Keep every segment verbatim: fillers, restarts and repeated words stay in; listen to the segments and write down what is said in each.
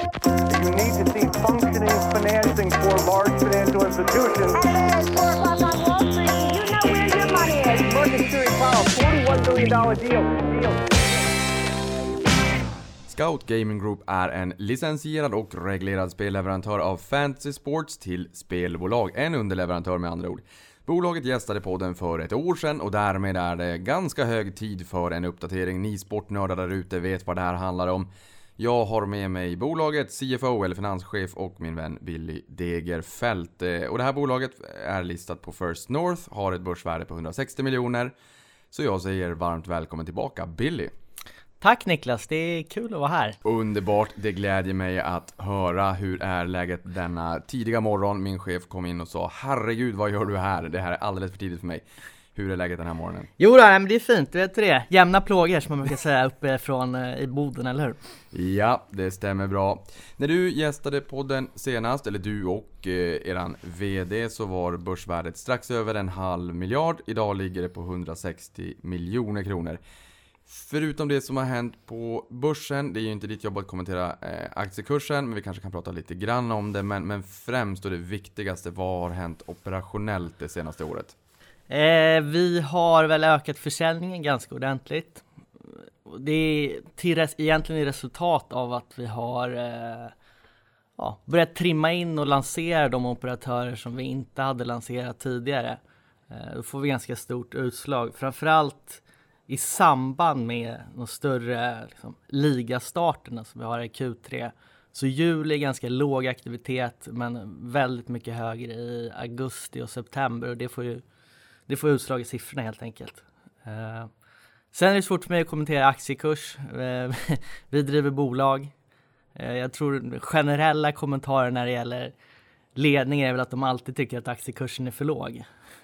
You need to see functioning financing for large financial institutions. Hey, it's four o'clock on Wall Street. You know where your money is. Market Theory Powell, forty-one billion dollars deal. deal. Scout Gaming Group är en licensierad och reglerad spelleverantör av fantasy sports till spelbolag. En underleverantör med andra ord. Bolaget gästade podden för ett år sedan och därmed är det ganska hög tid för en uppdatering. Ni sportnördar där ute vet vad det här handlar om. Jag har med mig bolaget C F O eller finanschef och min vän Billy Degerfelt. Och det här bolaget är listat på First North, har ett börsvärde på hundrasextio miljoner. Så jag säger varmt välkommen tillbaka, Billy. Tack Niklas, det är kul att vara här. Underbart, det glädjer mig att höra. Hur är läget denna tidiga morgon? Min chef kom in och sa, herregud vad gör du här? Det här är alldeles för tidigt för mig. Hur är läget den här morgonen? Jo då, men det är fint, du vet det. Jämna plågor som man brukar säga uppe från i Boden, eller hur? Ja, det stämmer bra. När du gästade podden senast, eller du och eh, eran vd, så var börsvärdet strax över en halv miljard. Idag ligger det på hundrasextio miljoner kronor. Förutom det som har hänt på börsen, det är ju inte ditt jobb att kommentera eh, aktiekursen, men vi kanske kan prata lite grann om det. Men, men främst och det viktigaste, vad har hänt operationellt det senaste året? Eh, vi har väl ökat försäljningen ganska ordentligt. Det är till res- egentligen resultat av att vi har eh, ja, börjat trimma in och lansera de operatörer som vi inte hade lanserat tidigare. Eh, då får vi ganska stort utslag. Framförallt i samband med de större liksom, ligastarterna som vi har i Q tre. Så juli är ganska låg aktivitet men väldigt mycket högre i augusti och september. Och det får ju det får utslag i siffrorna helt enkelt. Uh, sen är det svårt för mig att kommentera aktiekurs. Uh, vi driver bolag. Uh, jag tror generella kommentarer när det gäller ledning är väl att de alltid tycker att aktiekursen är för låg.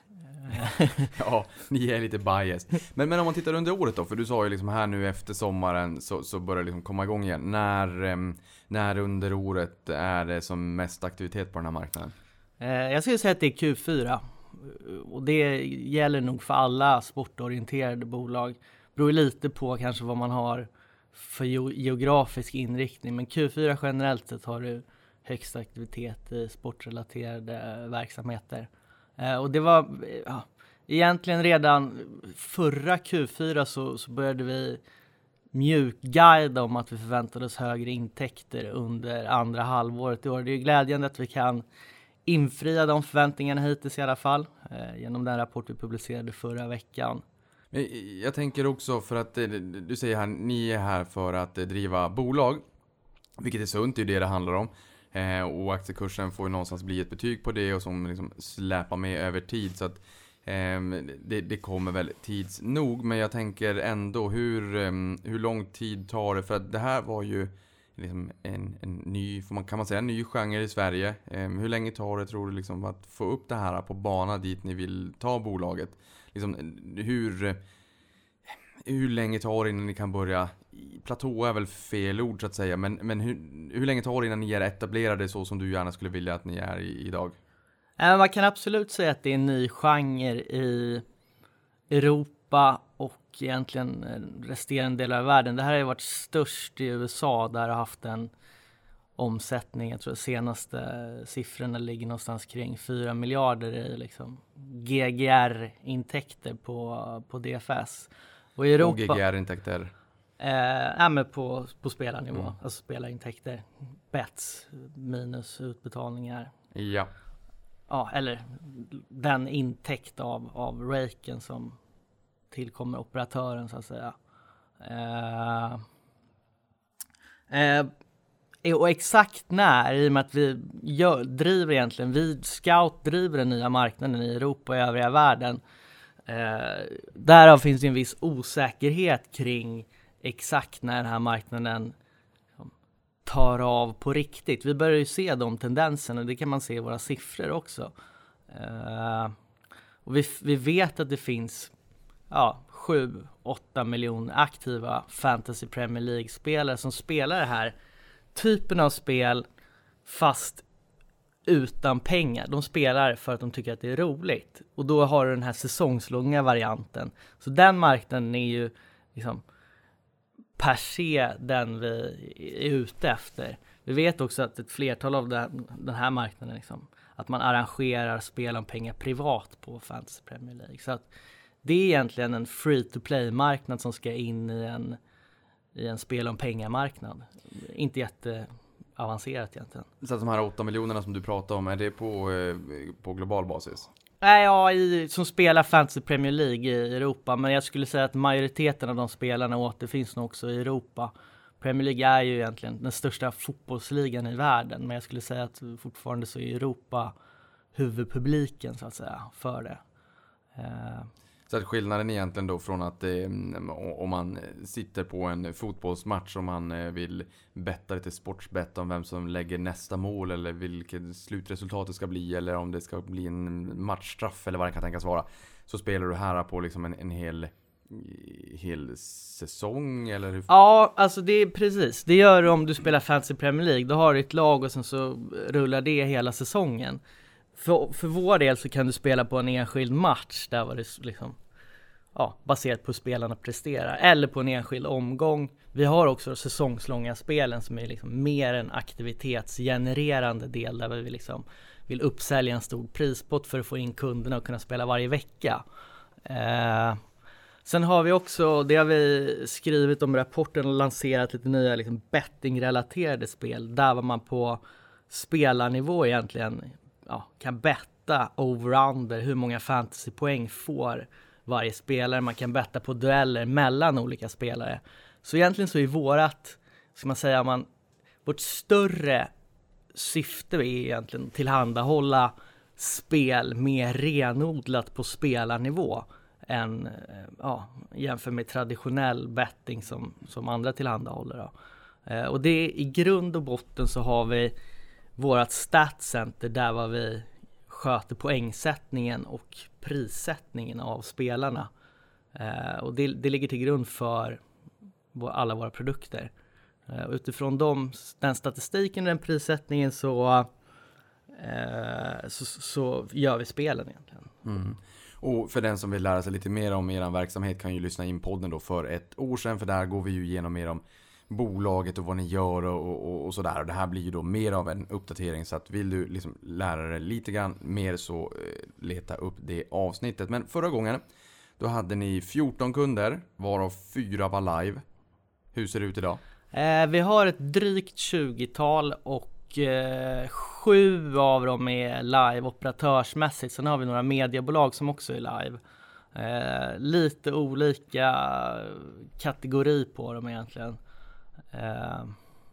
Ja, ni är lite biased. Men, men om man tittar under året då, för du sa ju liksom här nu efter sommaren så, så börjar det liksom komma igång igen. När, um, när under året är det som mest aktivitet på den här marknaden? Uh, jag skulle säga att det är Q fyra. Och det gäller nog för alla sportorienterade bolag. Beror lite på kanske vad man har för geografisk inriktning. Men Q fyra generellt sett har du högst aktivitet i sportrelaterade verksamheter. Eh, och det var ja, egentligen redan förra Q fyra så, så började vi mjukguida om att vi förväntade oss högre intäkter under andra halvåret i år. Det är glädjande att vi kan infria de förväntningarna hittills i alla fall eh, genom den rapport vi publicerade förra veckan. Jag tänker också för att du säger här, ni är här för att driva bolag, vilket är sunt, det är det det handlar om. Eh, och aktiekursen får ju någonstans bli ett betyg på det och som liksom släpar med över tid, så att eh, det, det kommer väl tids nog. Men jag tänker ändå, hur, um, hur lång tid tar det? För att det här var ju liksom en, en ny, får man, kan man säga, en ny genre i Sverige. Eh, hur länge tar det, tror du, liksom, att få upp det här på bana dit ni vill ta bolaget? Liksom, hur, hur länge tar det innan ni kan börja, platå är väl fel ord så att säga, men, men hur, hur länge tar det innan ni är etablerade så som du gärna skulle vilja att ni är i, idag? Äh, man kan absolut säga att det är en ny genre i Europa och egentligen resterande delar av världen. Det här har ju varit störst i U S A, där har haft en omsättning, jag tror senaste siffrorna ligger någonstans kring fyra miljarder i liksom G G R-intäkter på, på D F S. Och i Europa, och G G R-intäkter? Eh, ja, men på, på spelarnivå, mm. alltså spelarintäkter, bets minus utbetalningar. Ja. Ja, eller den intäkt av, av raken som tillkommer operatören så att säga. Eh, eh, och exakt när, i och med att vi gör, driver egentligen, vi Scout driver den nya marknaden i Europa och övriga världen. Eh, därav finns det en viss osäkerhet kring exakt när den här marknaden tar av på riktigt. Vi börjar ju se de tendenserna och det kan man se i våra siffror också. Uh, och vi, vi vet att det finns ja, sju åtta miljoner aktiva Fantasy Premier League-spelare som spelar det här typen av spel fast utan pengar. De spelar för att de tycker att det är roligt. Och då har du den här säsongslånga varianten. Så den marknaden är ju liksom per se den vi är ute efter. Vi vet också att ett flertal av den, den här marknaden liksom, att man arrangerar spel om pengar privat på Fantasy Premier League. Så att det är egentligen en free-to-play-marknad som ska in i en, i en spel om pengar-marknad. Inte jätteavancerat egentligen. Så att de här åtta miljonerna som du pratar om, är det på, eh, på global basis? Nej, ja, i, som spelar Fantasy Premier League i Europa. Men jag skulle säga att majoriteten av de spelarna återfinns nog också i Europa. Premier League är ju egentligen den största fotbollsligan i världen. Men jag skulle säga att fortfarande så är Europa huvudpubliken så att säga för det. Uh, Så att skillnaden egentligen då från att eh, om man sitter på en fotbollsmatch och man eh, vill betta lite sportsbett om vem som lägger nästa mål eller vilket slutresultat det ska bli eller om det ska bli en matchstraff eller vad det kan tänkas vara, så spelar du här på liksom en, en hel, hel säsong eller hur? Ja, alltså det är precis. Det gör du om du spelar Fantasy Premier League. Då har du ett lag och sen så rullar det hela säsongen. För, för vår del så kan du spela på en enskild match där var det liksom ja, baserat på hur spelarna presterar eller på en enskild omgång. Vi har också säsongslånga spelen som är liksom mer en aktivitetsgenererande del där vi liksom vill uppsälja en stor prispott för att få in kunderna och kunna spela varje vecka. Eh, sen har vi också, det har vi skrivit om i rapporten och lanserat lite nya liksom betting-relaterade spel där var man på spelarnivå egentligen ja, kan betta over-under hur många fantasypoäng får varje spelare. Man kan betta på dueller mellan olika spelare. Så egentligen så är vårat, ska man säga, man, vårt större syfte är egentligen tillhandahålla spel mer renodlat på spelarnivå än ja, jämför med traditionell betting som, som andra tillhandahåller. Då. Eh, och det är, i grund och botten så har vi vårat statcenter där var vi sköter poängsättningen och prissättningen av spelarna. Eh, och det, det ligger till grund för vår, alla våra produkter. Eh, utifrån dem, den statistiken och den prissättningen så, eh, så, så gör vi spelen egentligen. Mm. Och för den som vill lära sig lite mer om er verksamhet kan ju lyssna in podden då för ett år sedan, för där går vi ju igenom mer om bolaget och vad ni gör och, och, och sådär. Och det här blir ju då mer av en uppdatering, så att vill du liksom lära dig lite grann mer så eh, leta upp det avsnittet. Men förra gången då hade ni fjorton kunder varav fyra var live. Hur ser det ut idag? Eh, vi har ett drygt tjugotal och eh, sju av dem är live operatörsmässigt. Sen har vi några mediebolag som också är live. Eh, lite olika kategori på dem egentligen. Uh,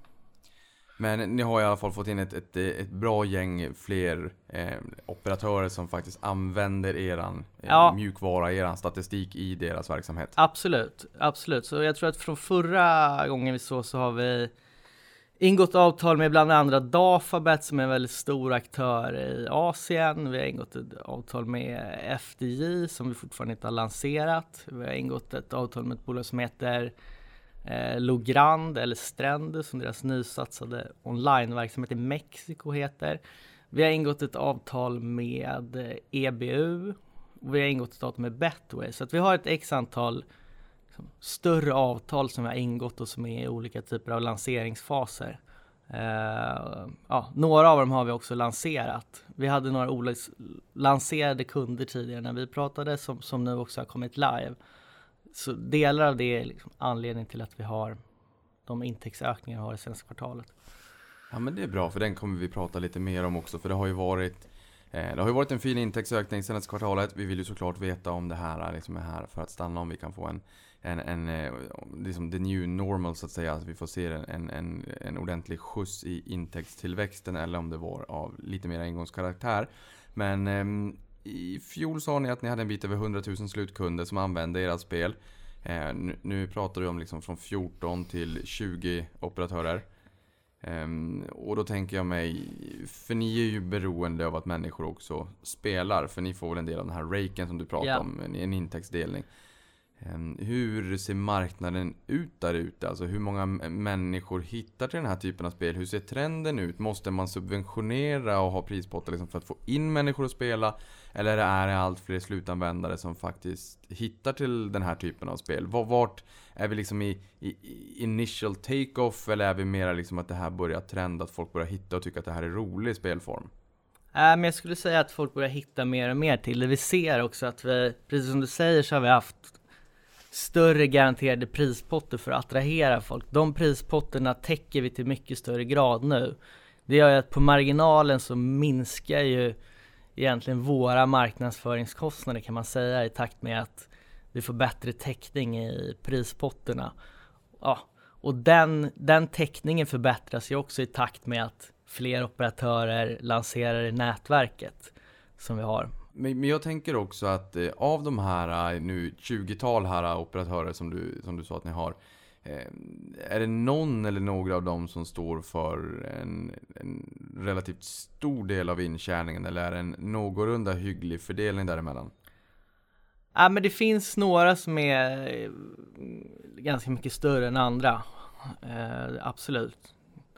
Men ni har i alla fall fått in ett, ett, ett bra gäng fler eh, operatörer som faktiskt använder eran eh, ja. mjukvara, eran statistik i deras verksamhet. Absolut, absolut. Så jag tror att från förra gången vi så så har vi ingått avtal med bland andra Dafabet som är en väldigt stor aktör i Asien. Vi har ingått ett avtal med F D J som vi fortfarande inte har lanserat. Vi har ingått ett avtal med ett bolag som heter Eh, Logrand eller Stränder som deras nysatsade onlineverksamhet i Mexiko heter. Vi har ingått ett avtal med E B U och vi har ingått ett avtal med Betway. Så att vi har ett x antal liksom, större avtal som vi har ingått och som är i olika typer av lanseringsfaser. Eh, ja, några av dem har vi också lanserat. Vi hade några olika lanserade kunder tidigare när vi pratade som, som nu också har kommit live. Så delar av det är liksom anledningen till att vi har de intäktsökningar vi har i senaste kvartalet. Ja, men det är bra, för den kommer vi prata lite mer om också. För det har ju varit, eh, det har ju varit en fin intäktsökning senaste kvartalet. Vi vill ju såklart veta om det här liksom är här för att stanna, om vi kan få en, en, en eh, liksom the new normal så att säga. Att vi får se en, en, en ordentlig skjuts i intäktstillväxten eller om det var av lite mer engångskaraktär. Men eh, i fjol sa ni att ni hade en bit över hundratusen slutkunder som använde era spel. Eh, nu, nu pratar vi om liksom från fjorton till tjugo operatörer. Eh, och då tänker jag mig, för ni är ju beroende av att människor också spelar. För ni får väl en del av den här raken som du pratar ja. om, en, en intäktsdelning. Hur ser marknaden ut där ute? Alltså hur många människor hittar till den här typen av spel? Hur ser trenden ut? Måste man subventionera och ha prispotter liksom för att få in människor att spela? Eller är det allt fler slutanvändare som faktiskt hittar till den här typen av spel? Vart är vi liksom i, i initial take-off? Eller är vi mer liksom att det här börjar trenda, att folk börjar hitta och tycka att det här är rolig spelform? Äh, men jag skulle säga att folk börjar hitta mer och mer till det. Vi ser också att vi, precis som du säger, så har vi haft större garanterade prispotter för att attrahera folk. De prispotterna täcker vi till mycket större grad nu. Det gör ju att på marginalen så minskar ju egentligen våra marknadsföringskostnader, kan man säga, i takt med att vi får bättre täckning i prispotterna. Ja, och den, den täckningen förbättras ju också i takt med att fler operatörer lanserar i nätverket som vi har. Men jag tänker också att eh, av de här nu tjugotal här operatörer som du, som du sa att ni har, eh, är det någon eller några av dem som står för en, en relativt stor del av intjäningen, eller är det en någorlunda hygglig fördelning däremellan? Ja, men det finns några som är ganska mycket större än andra. Eh, absolut.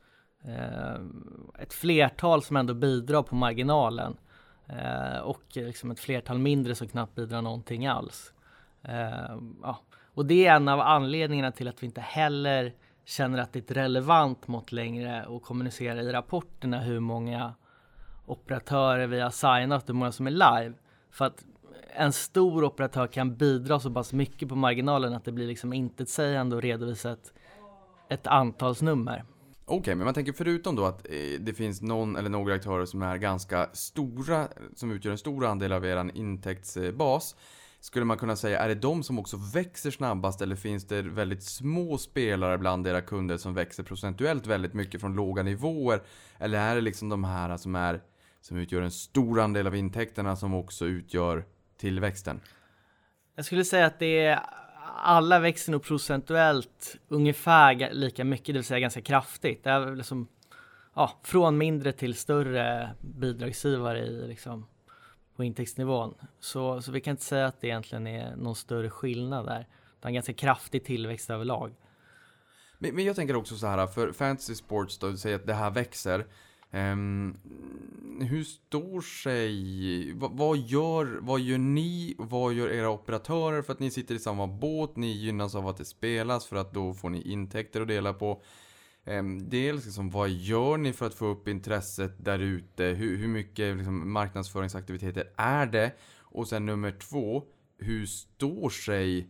Eh, ett flertal som ändå bidrar på marginalen. Uh, och liksom ett flertal mindre som knappt bidrar någonting alls. Uh, ja. Och det är en av anledningarna till att vi inte heller känner att det är ett relevant mått längre att kommunicera i rapporterna hur många operatörer vi har signat och hur många som är live. För att en stor operatör kan bidra så pass mycket på marginalen att det blir liksom intetsägande att redovisa ett, ett antalsnummer. Okej, okay, men man tänker förutom då att eh, det finns någon eller några aktörer som är ganska stora, som utgör en stor andel av er intäktsbas, skulle man kunna säga, är det de som också växer snabbast, eller finns det väldigt små spelare bland era kunder som växer procentuellt väldigt mycket från låga nivåer, eller är det liksom de här som, är, som utgör en stor andel av intäkterna som också utgör tillväxten? Jag skulle säga att det är alla växer nog procentuellt ungefär lika mycket, det vill säga ganska kraftigt. Det är liksom, ja, från mindre till större bidragsgivare i, liksom, på intäktsnivån. Så, så vi kan inte säga att det egentligen är någon större skillnad där. Det är en ganska kraftig tillväxt överlag. Men, men jag tänker också så här, för fantasy sports då, du säger att det här växer. Um, hur står sig, vad, vad, gör, vad gör ni, vad gör era operatörer för att ni sitter i samma båt, ni gynnas av att det spelas för att då får ni intäkter att dela på. Um, dels liksom, vad gör ni för att få upp intresset där ute, hur, hur mycket liksom, marknadsföringsaktiviteter är det, och sen nummer två, hur står sig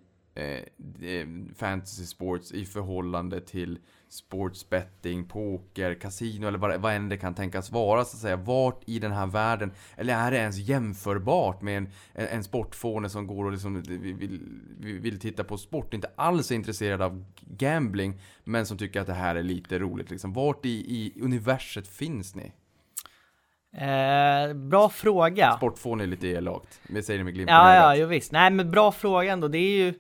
eh, fantasy sports i förhållande till sportsbetting, poker, kasino eller vad, vad än det kan tänkas vara, så att säga. Vart i den här världen, eller är det ens jämförbart med en, en, en sportfåne som går och liksom vill, vill, vill titta på sport, inte alls är intresserad av gambling, men som tycker att det här är lite roligt liksom. Vart i, i universet finns ni? Eh, bra fråga. Sportfåne är lite elakt, vi säger det med glimt. Ja, ja, jo, visst. Nej, men bra fråga ändå. Det är ju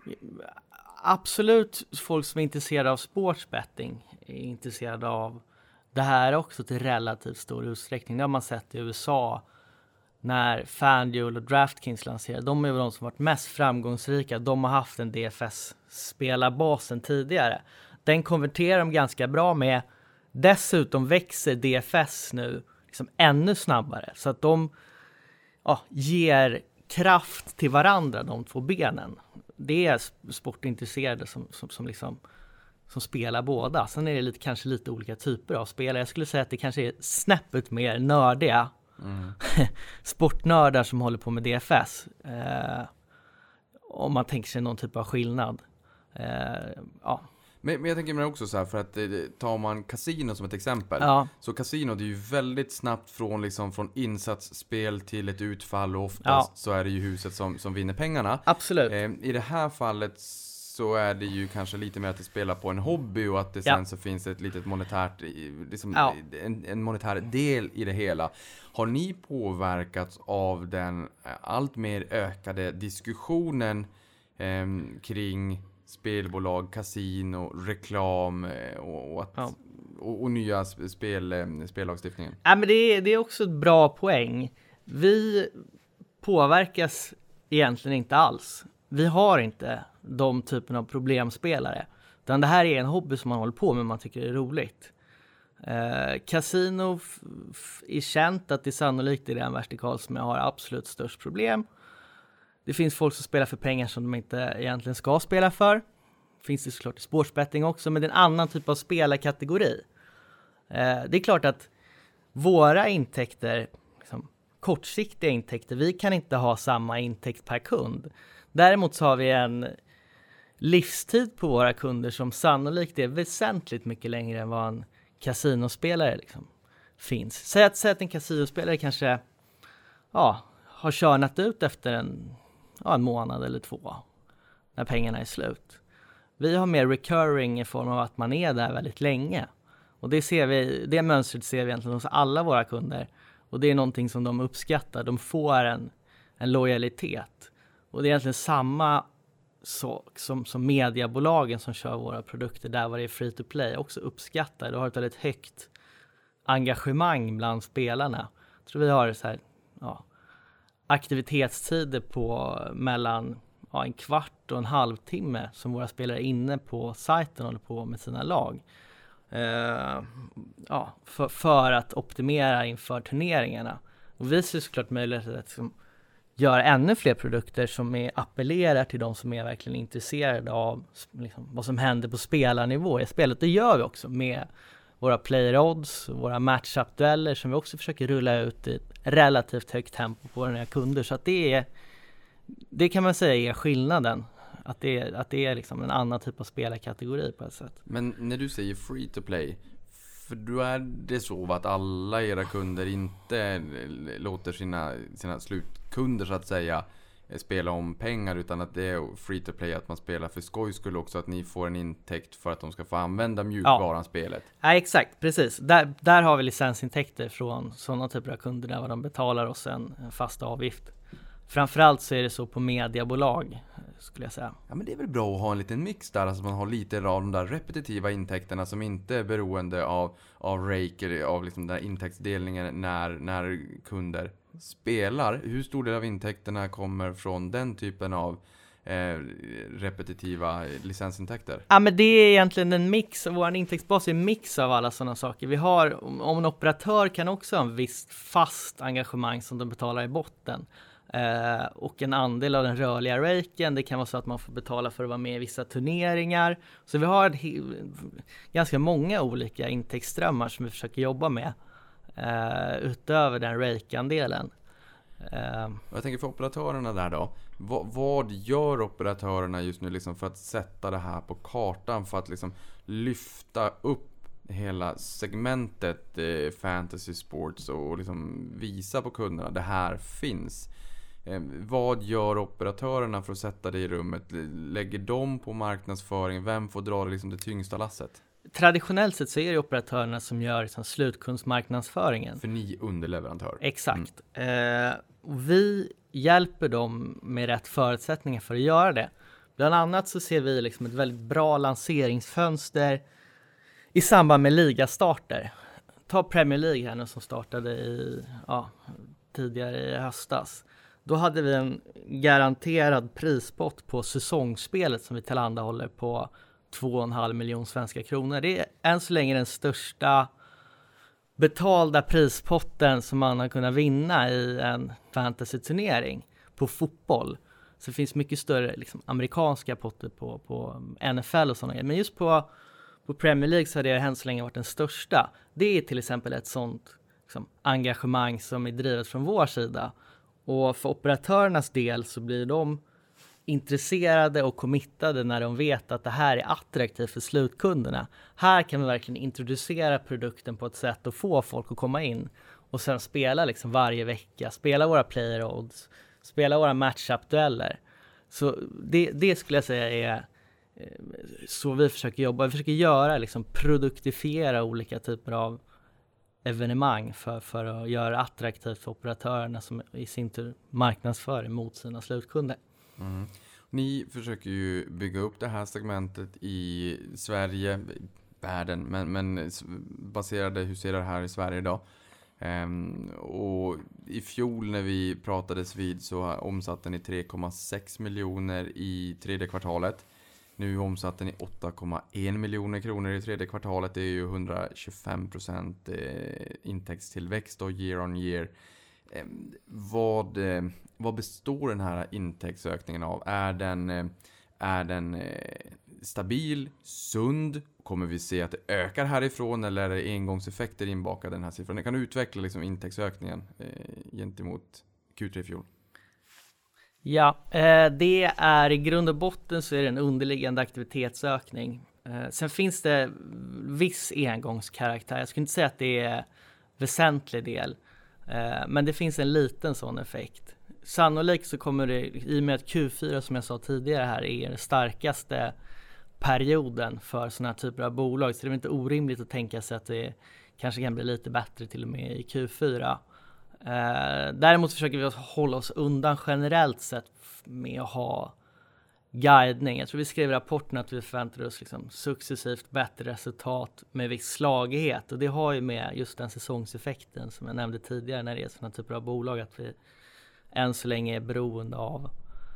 absolut folk som är intresserade av sportsbetting är intresserade av det här också till relativt stor utsträckning. Det har man sett i U S A när FanDuel och DraftKings lanserade. De är väl de som varit mest framgångsrika. De har haft en D F S-spelarbasen tidigare. Den konverterar de ganska bra med. Dessutom växer D F S nu liksom ännu snabbare. Så att de ja, ger kraft till varandra, de två benen. Det är sportintresserade som, som, som, liksom, som spelar båda. Sen är det lite, kanske lite olika typer av spelare. Jag skulle säga att det kanske är snäppet mer nördiga mm. sportnördar som håller på med D F S. Eh, om man tänker sig någon typ av skillnad. Eh, ja. Men, men jag tänker mig också så här, för att eh, tar man kasino som ett exempel, ja. Så kasino, det är ju väldigt snabbt från, liksom, från insatsspel till ett utfall, och oftast ja. Så är det ju huset som, som vinner pengarna. Absolut. Eh, I det här fallet så är det ju kanske lite mer att det spelar på en hobby, och att det sen ja. Så finns ett litet monetärt, liksom, ja. en, en monetär del i det hela. Har ni påverkats av den allt mer ökade diskussionen eh, kring spelbolag, kasino, reklam och, och, att, ja. och, och nya spel, spellagstiftningen? Ja, men det är, det är också ett bra poäng. Vi påverkas egentligen inte alls. vi har inte de typen av problemspelare. Utan det här är en hobby som man håller på med, man tycker det är roligt. Eh, Casino f- f- är känt att det sannolikt är den vertikal som jag har absolut störst problem. Det finns folk som spelar för pengar som de inte egentligen ska spela för. Finns det såklart i sportsbetting också, men det är en annan typ av spelarkategori. Eh, det är klart att våra intäkter, liksom, kortsiktiga intäkter, vi kan inte ha samma intäkt per kund. Däremot så har vi en livstid på våra kunder som sannolikt är väsentligt mycket längre än vad en kasinospelare liksom finns. Säg att, säg att en kasinospelare kanske ja, har körnat ut efter en, ja, en månad eller två när pengarna är slut. Vi har mer recurring i form av att man är där väldigt länge. Och det ser vi, det mönstret ser vi egentligen hos alla våra kunder. Och det är någonting som de uppskattar. De får en, en lojalitet. Och det är egentligen samma sak som, som mediebolagen som kör våra produkter där var det är free to play också uppskattar. Det har ett väldigt högt engagemang bland spelarna. Jag tror vi har så här, ja, aktivitetstider på mellan ja, en kvart och en halvtimme som våra spelare inne på sajten håller på med sina lag. Uh, ja, för, för att optimera inför turneringarna. Och vi ser såklart möjlighet att liksom, göra ännu fler produkter som är, appellerar till de som är verkligen intresserade av liksom, vad som händer på spelarnivå i spelet. Det gör vi också med våra player odds, våra matchup-dueller som vi också försöker rulla ut i ett relativt högt tempo på våra kunder. Så att det är, det kan man säga är skillnaden. Att det är, att det är liksom en annan typ av spelarkategori på ett sätt. Men när du säger free to play, för då är det så att alla era kunder inte låter sina, sina slutkunder så att säga spela om pengar, utan att det är free to play, att man spelar för skojs skull också, att ni får en intäkt för att de ska få använda mjukvaran ja. spelet. Ja, exakt, precis. Där, där har vi licensintäkter från sådana typer av kunder där de betalar oss en, en fast avgift. Framförallt så är det så på mediebolag skulle jag säga. Ja, men det är väl bra att ha en liten mix där, alltså man har lite av de där repetitiva intäkterna som inte är beroende av, av rake eller av liksom den där intäktsdelningen när, när kunder spelar. Hur stor del av intäkterna kommer från den typen av eh, repetitiva licensintäkter? Ja, men det är egentligen en mix, vår intäktsbas är en mix av alla sådana saker. Vi har, om en operatör kan också ha en viss fast engagemang som de betalar i botten. Uh, och en andel av den rörliga raken, det kan vara så att man får betala för att vara med i vissa turneringar. Så vi har he- ganska många olika intäktsströmmar som vi försöker jobba med uh, utöver den rake-andelen. Uh. Jag tänker för operatörerna där då. V- vad gör operatörerna just nu liksom för att sätta det här på kartan, för att liksom lyfta upp hela segmentet eh, fantasy sports och, och liksom visa på kunderna det här finns? Eh, vad gör operatörerna för att sätta det i rummet? Lägger de på marknadsföring? Vem får dra det, liksom det tyngsta lasset? Traditionellt sett så är det operatörerna som gör liksom slutkundsmarknadsföringen. För ni underleverantör. Exakt. Mm. Eh, och vi hjälper dem med rätt förutsättningar för att göra det. Bland annat så ser vi liksom ett väldigt bra lanseringsfönster i samband med ligastarter. Ta Premier League här nu som startade i, ja, tidigare i höstas. Då hade vi en garanterad prispott på säsongsspelet som vi tillhandahåller på två och en halv miljon svenska kronor. Det är än så länge den största betalda prispotten som man har kunnat vinna i en fantasy-turnering på fotboll. Så det finns mycket större liksom, amerikanska potter på, på N F L och sådana grejer. Men just på På Premier League så har det än så länge varit den största. Det är till exempel ett sånt liksom, engagemang som är drivet från vår sida. Och för operatörernas del så blir de intresserade och committade när de vet att det här är attraktivt för slutkunderna. Här kan vi verkligen introducera produkten på ett sätt och få folk att komma in och sen spela liksom varje vecka. Spela våra player odds, spela våra matchup-dueller. Så det, det skulle jag säga är så vi försöker jobba. Vi försöker göra, liksom produktifiera olika typer av evenemang för, för att göra det attraktivt för operatörerna som i sin tur marknadsför mot sina slutkunder. Mm. Ni försöker ju bygga upp det här segmentet i Sverige, världen, men, men baserade, hur ser det här i Sverige idag? Um, och i fjol när vi pratades vid så omsatte ni tre komma sex miljoner i tredje kvartalet. Nu omsatte ni åtta komma en miljoner kronor i tredje kvartalet. Det är ju hundratjugofem procent eh, intäktstillväxt då, year on year. Eh, vad, eh, vad består den här intäktsökningen av? Är den, eh, är den eh, stabil, sund? Kommer vi se att det ökar härifrån eller är det engångseffekter inbakade den här siffran? Kan du utveckla liksom intäktsökningen eh, gentemot Q tre i fjol? Ja, eh, det är i grund och botten så är det en underliggande aktivitetsökning. Eh, sen finns det viss engångskaraktär. Jag skulle inte säga att det är väsentlig del, eh, men det finns en liten sån effekt. Sannolikt så kommer det, i och med att Q fyra som jag sa tidigare här är den starkaste perioden för sådana här typer av bolag, så det är inte orimligt att tänka sig att det kanske kan bli lite bättre till och med i Q fyra. Eh, däremot försöker vi hålla oss undan generellt sett med att ha guidning. Jag tror vi skrev i rapporten att vi förväntar oss liksom successivt bättre resultat med viss slagighet, och det har ju med just den säsongseffekten som jag nämnde tidigare när det är sådana typer av bolag, att vi än så länge är beroende av,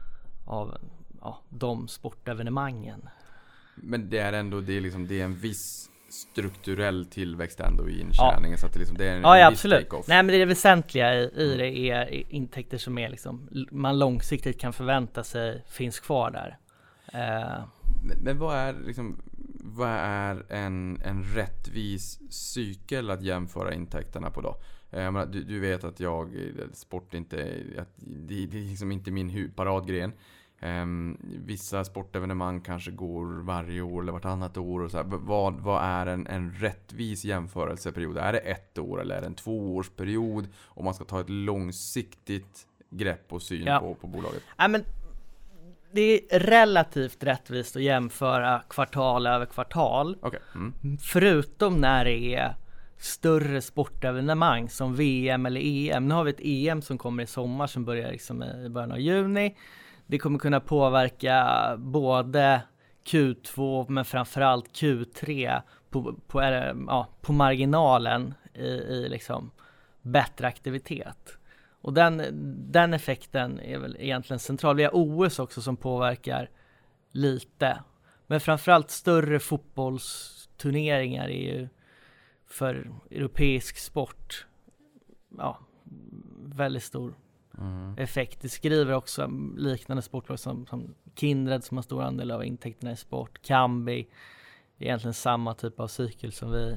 av ja, de sportevenemangen. Men det är ändå det är liksom, det är en viss strukturell tillväxt ändå i intjäningen, ja. Så att det, liksom, det är en, ja, en ja, viss absolut. take-off. Nej, men det är väsentliga i, i det är intäkter som är liksom, man långsiktigt kan förvänta sig finns kvar där. Uh. Men, men vad är liksom, vad är en, en rättvis cykel att jämföra intäkterna på då? Jag menar, du, du vet att jag sport inte att det, det är liksom inte min hu- paradgren. Um, vissa sportevenemang kanske går varje år eller vartannat år och så här. Vad, vad är en, en rättvis jämförelseperiod? Är det ett år eller är det en tvåårsperiod om man ska ta ett långsiktigt grepp och syn ja. på, på bolaget? Ja, men det är relativt rättvist att jämföra kvartal över kvartal. Okay. Mm. Förutom när det är större sportevenemang som V M eller E M. Nu har vi ett E M som kommer i sommar som börjar liksom i början av juni. Det kommer kunna påverka både Q två men framförallt Q tre på, på, ja, på marginalen i, i liksom bättre aktivitet. Och den, den effekten är väl egentligen central. Vi har O S också som påverkar lite. Men framförallt större fotbollsturneringar är ju för europeisk sport ja, väldigt stor mm. effekt. Det skriver också liknande sportbolag som, som Kindred som har stor andel av intäkterna i sport. Kambi, egentligen samma typ av cykel som vi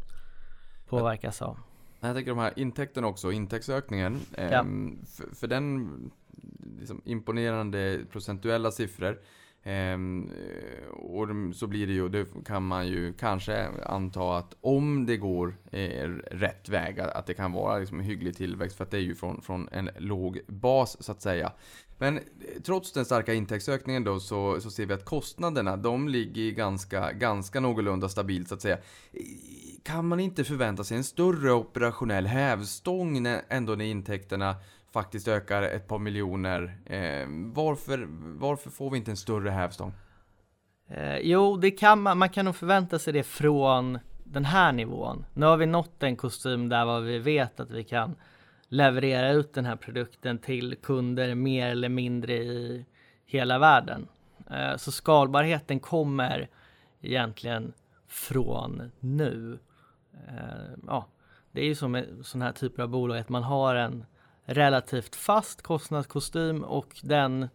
påverkas av. Jag tänker de här intäkterna också, intäktsökningen, ja. eh, för, för den liksom, imponerande procentuella siffror. Um, och så blir det ju, det kan man ju kanske anta att om det går eh, rätt väg, att det kan vara liksom en hygglig tillväxt, för att det är ju från, från en låg bas så att säga. Men trots den starka intäktsökningen då så, så ser vi att kostnaderna, de ligger ganska, ganska någorlunda stabilt så att säga. Kan man inte förvänta sig en större operationell hävstång när, ändå när intäkterna faktiskt ökar ett par miljoner? Eh, varför, varför får vi inte en större hävstång? Eh, jo, det kan man, man kan nog förvänta sig det från den här nivån. Nu har vi nått en kostym där vad vi vet att vi kan leverera ut den här produkten till kunder mer eller mindre i hela världen. Eh, så skalbarheten kommer egentligen från nu. Eh, ja, det är ju som en sån här typ av bolag att man har en relativt fast kostnadskostym och den,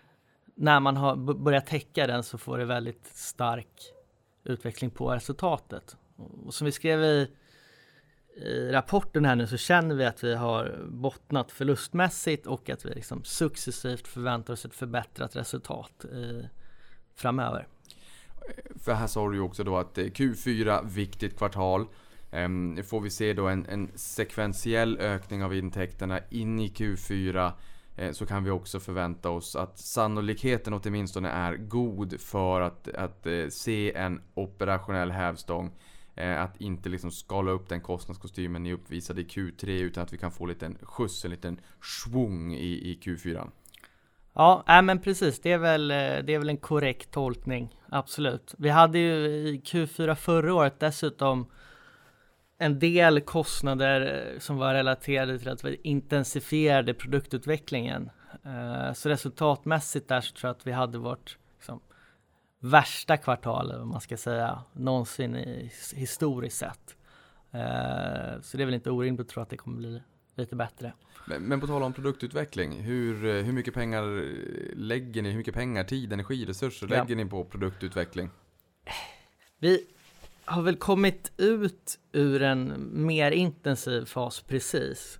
när man har börjat täcka den så får det väldigt stark utveckling på resultatet. Och som vi skrev i, i rapporten här nu så känner vi att vi har bottnat förlustmässigt och att vi liksom successivt förväntar oss ett förbättrat resultat i, framöver. För här sa du ju också då att Q fyra, viktigt kvartal. Um, får vi se då en, en sekventiell ökning av intäkterna in i Q fyra, eh, så kan vi också förvänta oss att sannolikheten åtminstone är god för att, att eh, se en operationell hävstång, eh, att inte liksom skala upp den kostnadskostymen ni uppvisade i Q tre, utan att vi kan få en liten skjuts, en liten svung i, i Q fyra. Ja, äh, men precis. Det är, väl, det är väl en korrekt tolkning. Absolut. Vi hade ju i Q fyra förra året dessutom en del kostnader som var relaterade till att vi intensifierade produktutvecklingen. Uh, så resultatmässigt där så tror jag att vi hade vårt liksom, värsta kvartal, vad man ska säga, någonsin i, historiskt sett. Uh, så det är väl inte orimligt att tro att det kommer bli lite bättre. Men, men på tal om produktutveckling, hur, hur mycket pengar lägger ni, hur mycket pengar, tid, energi, resurser Ja. lägger ni på produktutveckling? Vi har väl kommit ut ur en mer intensiv fas precis.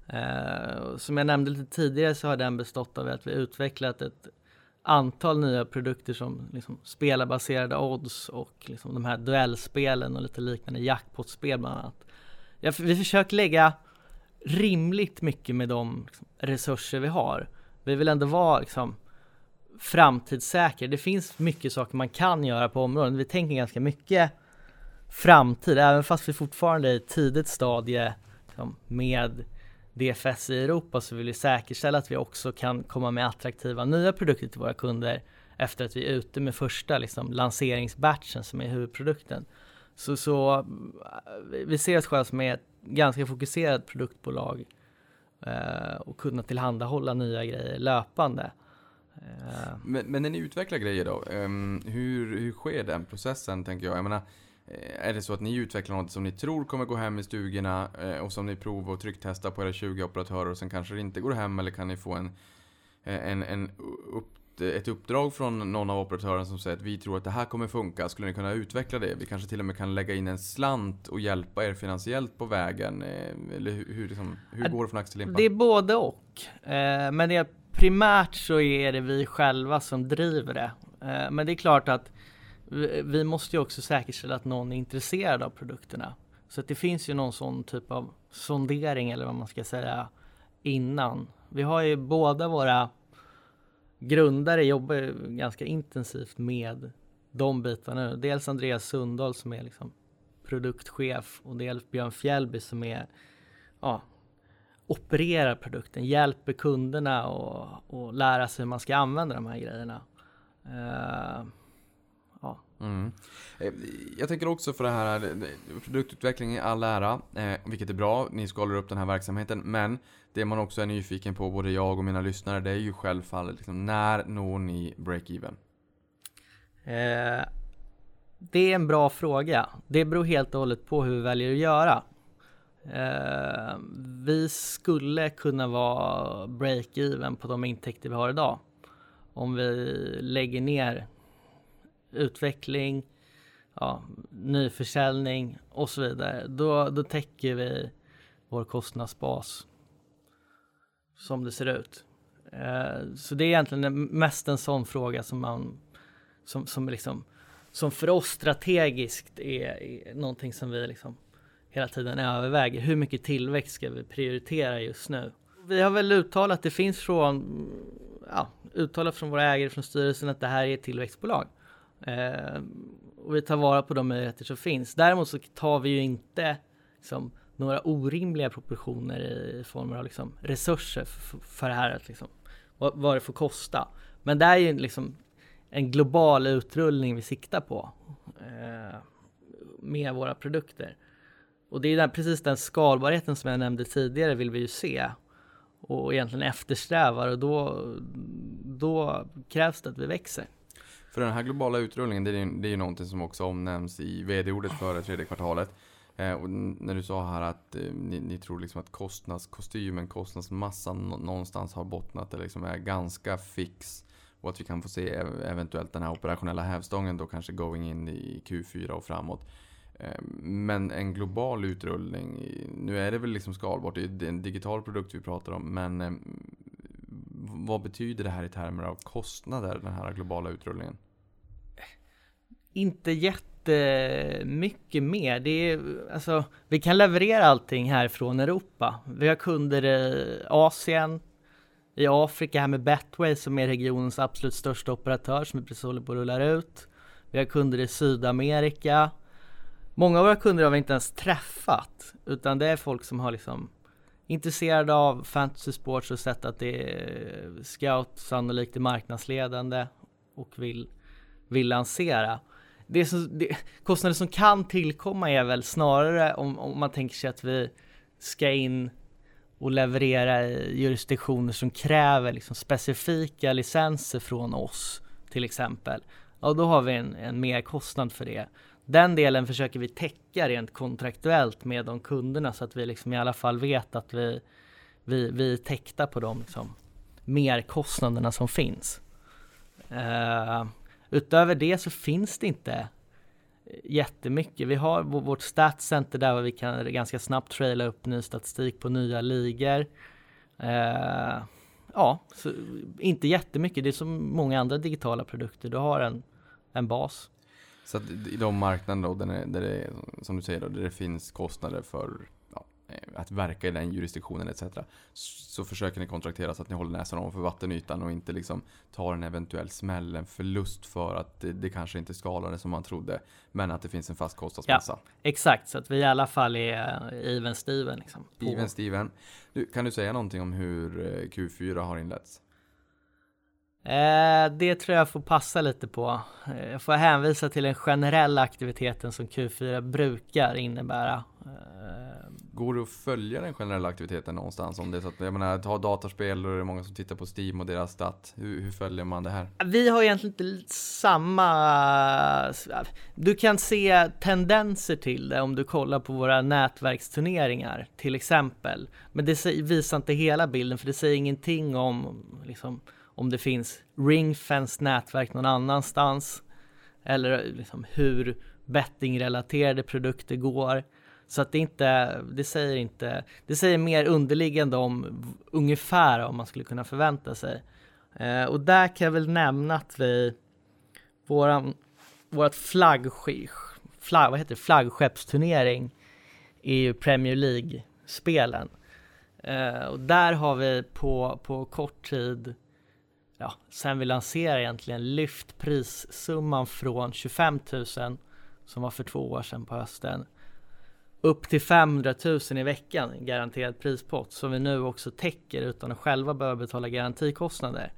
Uh, som jag nämnde lite tidigare så har den bestått av att vi utvecklat ett antal nya produkter som liksom spelarbaserade odds och liksom de här duellspelen och lite liknande jackpotspel bland annat. Ja, vi försöker lägga rimligt mycket med de liksom, resurser vi har. Vi vill ändå vara liksom, framtidssäkra. Det finns mycket saker man kan göra på området. Vi tänker ganska mycket framtid, även fast vi fortfarande är i ett tidigt stadie liksom, med D F S i Europa, så vill vi säkerställa att vi också kan komma med attraktiva nya produkter till våra kunder efter att vi är ute med första liksom, lanseringsbatchen som är huvudprodukten. Så, så vi ser oss själva som ett ganska fokuserat produktbolag eh, och kunna tillhandahålla nya grejer löpande. Eh. Men, men när ni utvecklar grejer då, um, hur, hur sker den processen, tänker jag? Jag menar, är det så att ni utvecklar något som ni tror kommer gå hem i stugorna eh, och som ni provar och trycktestar på era tjugo operatörer och sen kanske det inte går hem, eller kan ni få en, en, en upp, ett uppdrag från någon av operatörerna som säger att vi tror att det här kommer funka, skulle ni kunna utveckla det? Vi kanske till och med kan lägga in en slant och hjälpa er finansiellt på vägen, eh, eller hur, hur, liksom, hur går det från ax till limpa? Det är både och, eh, men det är primärt så är det vi själva som driver det. Eh, men det är klart att vi måste ju också säkerställa att någon är intresserad av produkterna. Så att det finns ju någon sån typ av sondering eller vad man ska säga innan. Vi har ju båda våra grundare jobbar ju ganska intensivt med de bitarna. Dels Andreas Sundahl som är liksom produktchef och dels Björn Fjällby som är ja, opererar produkten, hjälper kunderna och, och lära sig hur man ska använda de här grejerna. Uh, Ja. Mm. Jag tänker också för det här produktutveckling i all ära, eh, vilket är bra, ni skalar upp den här verksamheten, men det man också är nyfiken på, både jag och mina lyssnare, det är ju självfallet liksom, när når ni break-even? Eh, det är en bra fråga. Det beror helt och hållet på hur vi väljer att göra. Eh, vi skulle kunna vara break-even på de intäkter vi har idag om vi lägger ner utveckling, ja, nyförsäljning och så vidare. Då, då täcker vi vår kostnadsbas som det ser ut. Eh, så det är egentligen mest en sån fråga som man som, som, liksom, som för oss strategiskt är, är någonting som vi liksom hela tiden överväger. Hur mycket tillväxt ska vi prioritera just nu? Vi har väl uttalat att det finns från ja, uttalat från våra ägare från styrelsen att det här är ett tillväxtbolag. Eh, och vi tar vara på de möjligheter som finns. Däremot så tar vi ju inte liksom, några orimliga proportioner i form av liksom, resurser för, för det här, att, liksom, vad, vad det får kosta. Men det är ju liksom en global utrullning vi siktar på eh, med våra produkter. Och det är den, precis den skalbarheten som jag nämnde tidigare vill vi ju se och egentligen eftersträvar, och då, då krävs det att vi växer. För den här globala utrullningen, det är, det är ju någonting som också omnämns i vd-ordet för det tredje kvartalet. Eh, och när du sa här att eh, ni, ni tror liksom att kostnadskostymen, kostnadsmassan någonstans har bottnat, eller liksom är ganska fix, och att vi kan få se ev- eventuellt den här operationella hävstången då kanske going in i Q fyra och framåt. Eh, men en global utrullning, nu är det väl liksom skalbart, det är en digital produkt vi pratar om, men eh, vad betyder det här i termer av kostnader, den här globala utrullningen? Inte jättemycket mer. Det är, alltså, vi kan leverera allting här från Europa. Vi har kunder i Asien, i Afrika här med Betway som är regionens absolut största operatör som vi precis håller på att rulla ut. Vi har kunder i Sydamerika. Många av våra kunder har vi inte ens träffat, utan det är folk som har liksom intresserade av fantasy sports och sett att det är scout sannolikt är marknadsledande och vill, vill lansera. det som, det, kostnader som kan tillkomma är väl snarare om, om man tänker sig att vi ska in och leverera i jurisdiktioner som kräver liksom specifika licenser från oss till exempel. Ja, då har vi en, en mer kostnad för det. Den delen försöker vi täcka rent kontraktuellt med de kunderna så att vi liksom i alla fall vet att vi, vi, vi är täckta på de liksom merkostnaderna som finns. Uh, utöver det så finns det inte jättemycket. Vi har v- vårt statscenter där vi kan ganska snabbt traila upp ny statistik på nya ligor. Uh, ja, så inte jättemycket. Det är som många andra digitala produkter. Du har en, en bas. Så att i de marknader då, där det, där det, som du säger då, där det finns kostnader för ja, att verka i den jurisdiktionen et cetera. Så försöker ni kontraktera så att ni håller näsan om för vattenytan och inte liksom tar en eventuell smäll, en förlust för att det, det kanske inte skalade som man trodde, men att det finns en fast kostnadsmassa. Ja, exakt, så att vi i alla fall är even Steven. Liksom, even Steven. Du, kan du säga någonting om hur Q fyra har inletts? Eh, det tror jag får passa lite på. Eh, jag får hänvisa till den generella aktiviteten som Q fyra brukar innebära. Eh, Går det att följa den generella aktiviteten någonstans? Om det är så att, jag menar, ta datorspel och det är många som tittar på Steam och deras stat. Hur, hur följer man det här? Vi har egentligen inte samma... Du kan se tendenser till det om du kollar på våra nätverksturneringar till exempel. Men det visar inte hela bilden, för det säger ingenting om liksom, om det finns ringfence nätverk någon annanstans eller liksom hur bettingrelaterade produkter går. Så att det inte, det säger inte, det säger mer underliggande om ungefär om man skulle kunna förvänta sig. Eh, och där kan jag väl nämna att vi, våran, vårat flaggskepp, flagg, vad heter det, flaggskeppsturnering är ju Premier League-spelen. Eh, och där har vi på, på kort tid, ja, sen vi lanserade egentligen, lyft prissumman från tjugofem tusen som var för två år sedan på hösten upp till femhundratusen i veckan, garanterad prispott, som vi nu också täcker utan att själva behöva betala garantikostnader.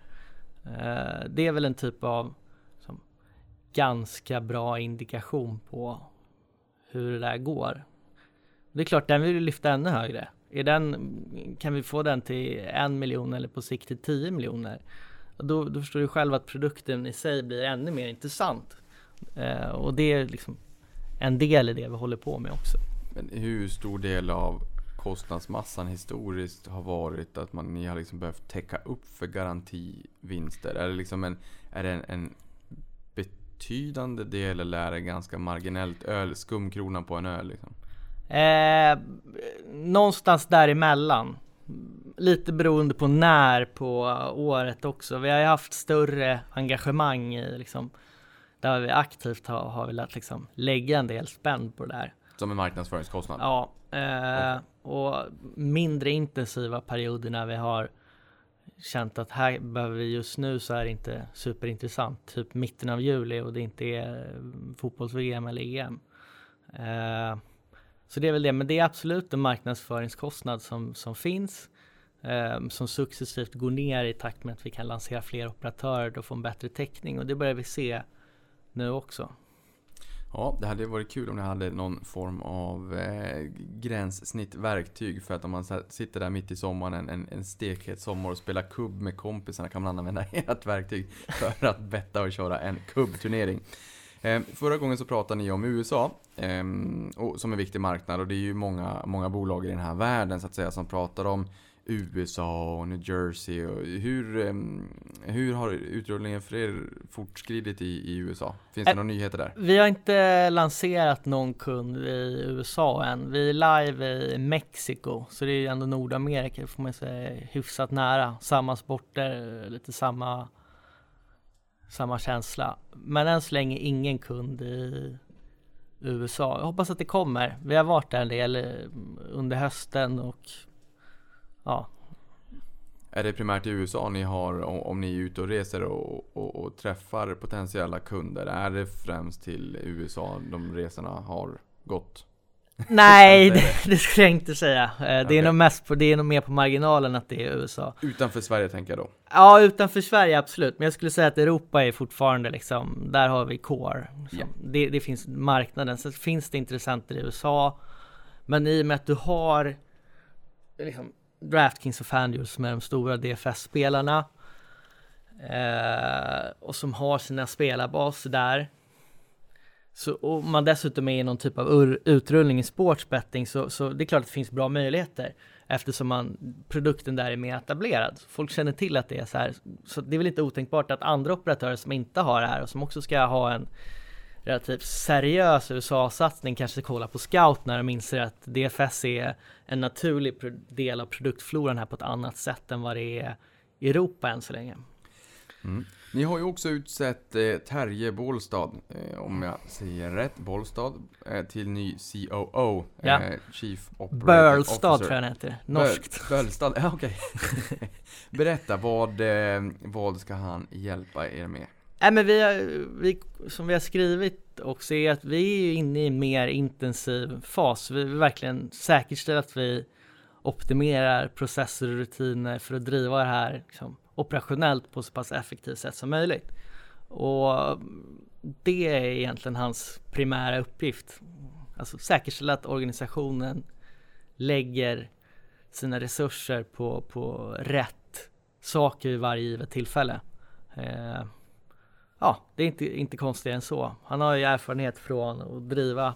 Eh, det är väl en typ av som, ganska bra indikation på hur det där går. Det är klart, den vill vi lyfta ännu högre. Är den, kan vi få den till en miljon eller på sikt till tio miljoner? Då, då förstår du själv att produkten i sig blir ännu mer intressant. Eh, och det är liksom en del i det vi håller på med också. Men hur stor del av kostnadsmassan historiskt har varit att man, ni har liksom behövt täcka upp för garantivinster? Är det liksom en, är det en, en betydande del eller är det ganska marginellt öl, skumkronan på en öl liksom? Eh, någonstans däremellan. Lite beroende på när på året också. Vi har ju haft större engagemang i liksom, där vi aktivt har, har velat liksom lägga en del spänn på det där. Som en marknadsföringskostnad? Ja, eh, och mindre intensiva perioder när vi har känt att här behöver vi just nu, så är det inte superintressant. Typ mitten av juli och det inte är fotbolls-V M eller E M. Eh, så det är väl det, men det är absolut en marknadsföringskostnad som, som finns. Eh, som successivt går ner i takt med att vi kan lansera fler operatörer och få en bättre täckning. Och det börjar vi se nu också. Ja, det hade varit kul om ni hade någon form av eh, gränssnittverktyg, för att om man sitter där mitt i sommaren, en, en stekhet sommar och spelar kubb med kompisarna, kan man använda ert verktyg för att betta och köra en kubbturnering. Eh, förra gången så pratade ni om U S A eh, och, som en viktig marknad, och det är ju många, många bolag i den här världen så att säga som pratar om U S A och New Jersey. Och hur, eh, hur har utrullningen för er fortskridit i, i U S A? Finns det Ä- några nyheter där? Vi har inte lanserat någon kund i U S A än. Vi är live i Mexiko, så det är ändå Nordamerika, får man säga, hyfsat nära. Samma sporter, lite samma, samma känsla. Men än så länge ingen kund i U S A. Jag hoppas att det kommer. Vi har varit där en del under hösten och ja. Är det primärt i U S A ni har, om ni är ute och reser och, och, och träffar potentiella kunder, är det främst till U S A de resorna har gått? Nej, det, det skulle jag inte säga. Eh, Det är Okej. nog mest på, det är nog mer på marginalen att det är U S A. Utanför Sverige tänker jag då. Ja, utanför Sverige absolut. Men jag skulle säga att Europa är fortfarande liksom, där har vi core. Liksom. Ja. Det, det finns marknaden. Så finns det intressenter i U S A. Men i och med att du har liksom, DraftKings och FanDuel som är de stora D F S-spelarna. Eh, och som har sina spelarbaser där. Så om man dessutom är i någon typ av ur, utrullning i sportsbetting så, så det är klart att det finns bra möjligheter eftersom man, produkten där är mer etablerad. Folk känner till att det är så här. Så det är väl inte otänkbart att andra operatörer som inte har det här och som också ska ha en relativt seriös U S A-satsning kanske kolla på Scout när de inser att D F S är en naturlig pro- del av produktfloran här på ett annat sätt än vad det är i Europa än så länge. Mm. Ni har ju också utsett eh, Terje Bålstad, eh, om jag säger rätt, Bålstad, eh, till ny C O O, eh, Ja. Chief Operating Börlstad Officer. tror jag den heter. Norskt. Böl, Bölstad, ja okej. Berätta, vad, eh, vad ska han hjälpa er med? Nej, men vi, har, vi som vi har skrivit också är att vi är inne i en mer intensiv fas. Vi vill verkligen säkerställa att vi optimerar processer och rutiner för att driva det här liksom, operationellt på så pass effektivt sätt som möjligt. Och det är egentligen hans primära uppgift. Alltså säkerställa att organisationen lägger sina resurser på, på rätt saker i varje givet tillfälle. Eh, ja, det är inte, inte konstigare än så. Han har ju erfarenhet från att driva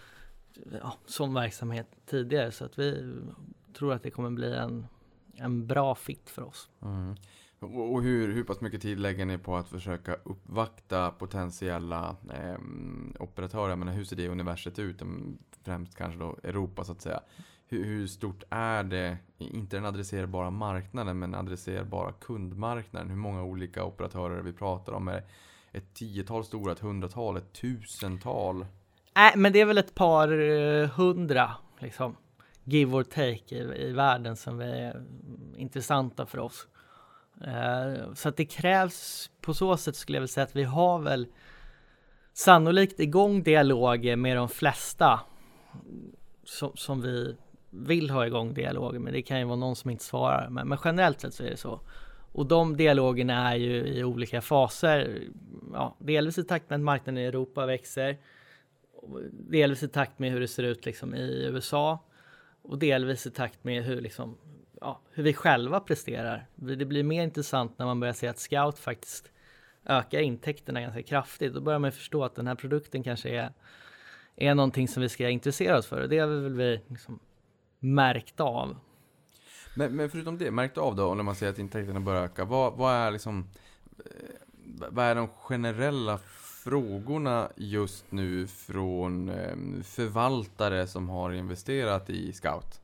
ja, sån verksamhet tidigare så att vi tror att det kommer bli en, en bra fit för oss. Mm. Och, och hur, hur pass mycket tid lägger ni på att försöka uppvakta potentiella eh, operatörer? Jag menar, hur ser det universet ut? Främst kanske då Europa så att säga. Hur, hur stort är det, inte den adresserbara marknaden men adresserbara kundmarknaden? Hur många olika operatörer vi pratar om? Är ett tiotal stora, ett hundratal, ett tusental? Nej, äh, men det är väl ett par uh, hundra liksom, give or take i, i världen som är intressanta för oss. Uh, så att det krävs på så sätt skulle jag vilja säga att vi har väl sannolikt igång dialoger med de flesta som, som vi vill ha igång dialoger, men det kan ju vara någon som inte svarar. Men, men generellt sett så är det så. Och de dialogerna är ju i olika faser. Ja, delvis i takt med att marknaden i Europa växer. Delvis i takt med hur det ser ut liksom i U S A. Och delvis i takt med hur, liksom, ja, hur vi själva presterar. Det blir mer intressant när man börjar se att Scout faktiskt ökar intäkterna ganska kraftigt. Då börjar man förstå att den här produkten kanske är, är någonting som vi ska intressera oss för. Och det har vi väl vi liksom märkt av. Men, men förutom det, märkt av då, när man säger att intäkterna börjar öka, vad, vad är liksom, eh, vad är de generella frågorna just nu från eh, förvaltare som har investerat i Scout?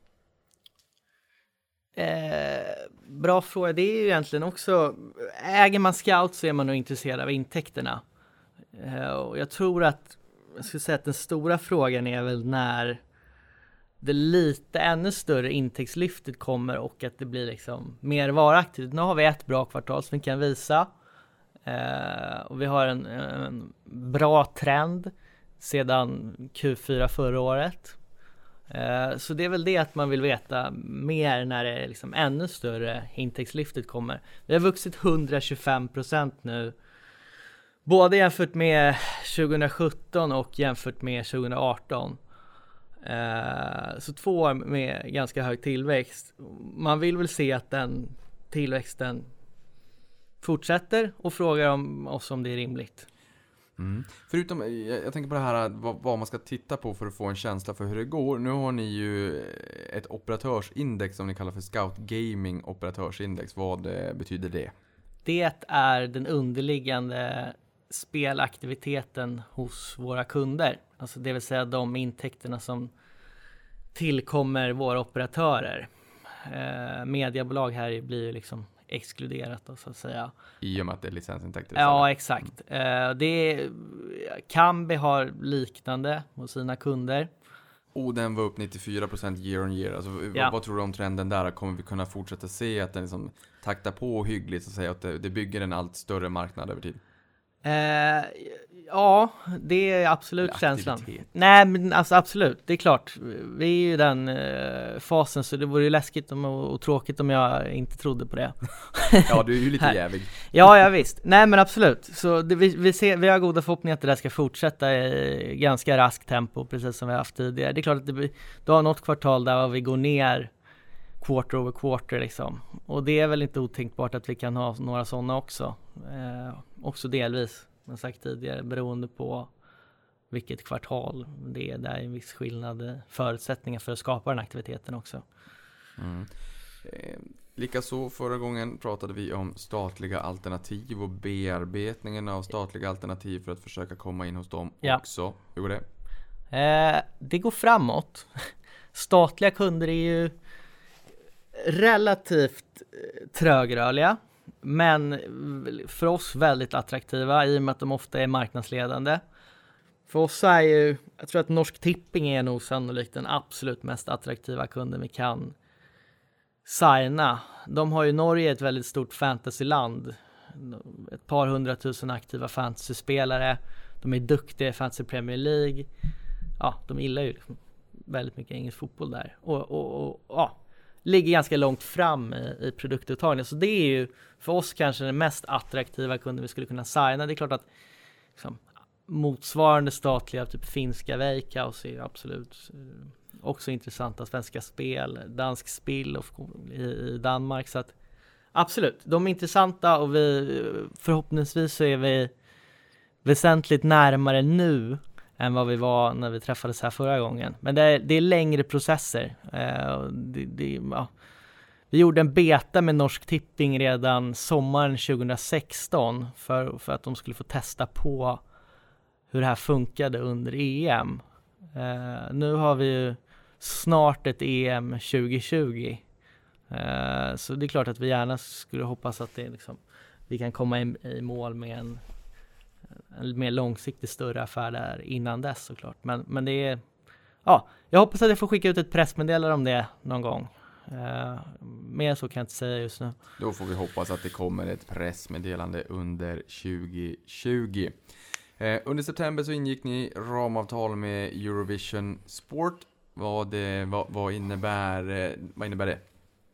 Eh, bra fråga. Det är ju egentligen också, äger man Scout så är man nog intresserad av intäkterna. Eh, och jag tror att, jag skulle säga att den stora frågan är väl när det lite ännu större intäktslyftet kommer och att det blir liksom mer varaktigt. Nu har vi ett bra kvartal som vi kan visa. Eh, och vi har en, en bra trend sedan Q fyra förra året. Eh, så det är väl det att man vill veta mer när det är liksom ännu större intäktslyftet kommer. Vi har vuxit hundratjugofem procent nu. Både jämfört med tjugohundrasjutton och jämfört med tjugohundraarton. Uh, så två år med ganska hög tillväxt. Man vill väl se att den tillväxten fortsätter och frågar om oss om det är rimligt. Mm. Förutom, jag, jag tänker på det här vad, vad man ska titta på för att få en känsla för hur det går. Nu har ni ju ett operatörsindex som ni kallar för Scout Gaming operatörsindex. Vad eh, betyder det? Det är den underliggande spelaktiviteten hos våra kunder. Alltså det vill säga de intäkterna som tillkommer våra operatörer. Eh, mediebolag här blir ju liksom exkluderat då, så att säga. I och med att det är licensintäkter. Ja, exakt. Eh, det är, Kambi har liknande hos sina kunder. Och den var upp nittiofyra procent year on year. Alltså, Ja. vad, vad tror du om trenden där? Kommer vi kunna fortsätta se att den liksom taktar på hyggligt så att säga, att det, det bygger en allt större marknad över tid? Eh, Ja, det är absolut Eller känslan. aktivitet. Nej, men alltså absolut, det är klart. Vi är ju i den eh, fasen, så det vore ju läskigt om, och tråkigt om jag inte trodde på det. Ja, du är ju lite Här. jävig. Ja, ja visst. Nej, men absolut. Så det, vi, vi, ser, vi har goda förhoppningar att det där ska fortsätta i ganska raskt tempo, precis som vi har haft tidigare. Det är klart att det, blir- du har något kvartal där vi går ner quarter over quarter liksom. Och det är väl inte otänkbart att vi kan ha några sådana också. Eh, också delvis, som sagt tidigare, beroende på vilket kvartal det är. Där är en viss skillnad i förutsättningar för att skapa den aktiviteten också. Mm. Eh, Likaså förra gången pratade vi om statliga alternativ och bearbetningen av statliga alternativ för att försöka komma in hos dem Ja. också. Hur går det? Eh, det går framåt. Statliga kunder är ju relativt eh, trögrörliga, men för oss väldigt attraktiva i och med att de ofta är marknadsledande. För oss är ju, jag tror att Norsk Tipping är nog sannolikt den absolut mest attraktiva kunden vi kan signa. De har ju Norge ett väldigt stort fantasyland. Ett par hundratusen aktiva fantasyspelare. De är duktiga i Fantasy Premier League. Ja, de gillar ju liksom väldigt mycket engelsk fotboll där. Och, och, och ja, ligger ganska långt fram i, i produktuttagningen. Så det är ju för oss kanske den mest attraktiva kunden vi skulle kunna signa. Det är klart att liksom, motsvarande statliga, typ finska Veikkaus är absolut eh, också intressanta. Svenska Spel, Dansk Spil och i, i Danmark. Så att absolut, de är intressanta och vi förhoppningsvis så är vi väsentligt närmare nu än vad vi var när vi träffades här förra gången. Men det är, det är längre processer. Eh, det, det, ja. Vi gjorde en beta med Norsk Tipping redan sommaren tjugohundrasexton för, för att de skulle få testa på hur det här funkade under E M. Eh, nu har vi ju snart ett E M tjugohundratjugo. Eh, så det är klart att vi gärna skulle hoppas att det liksom, vi kan komma i, i mål med en, en mer långsiktig större affär där innan dess såklart. Men, men det är, ja, jag hoppas att jag får skicka ut ett pressmeddelande om det någon gång. Uh, mer så kan jag inte säga just nu. Då får vi hoppas att det kommer ett pressmeddelande under tjugohundratjugo. Eh, under september så ingick ni ramavtal med Eurovision Sport. Vad, det, vad, vad, innebär, eh, vad innebär det?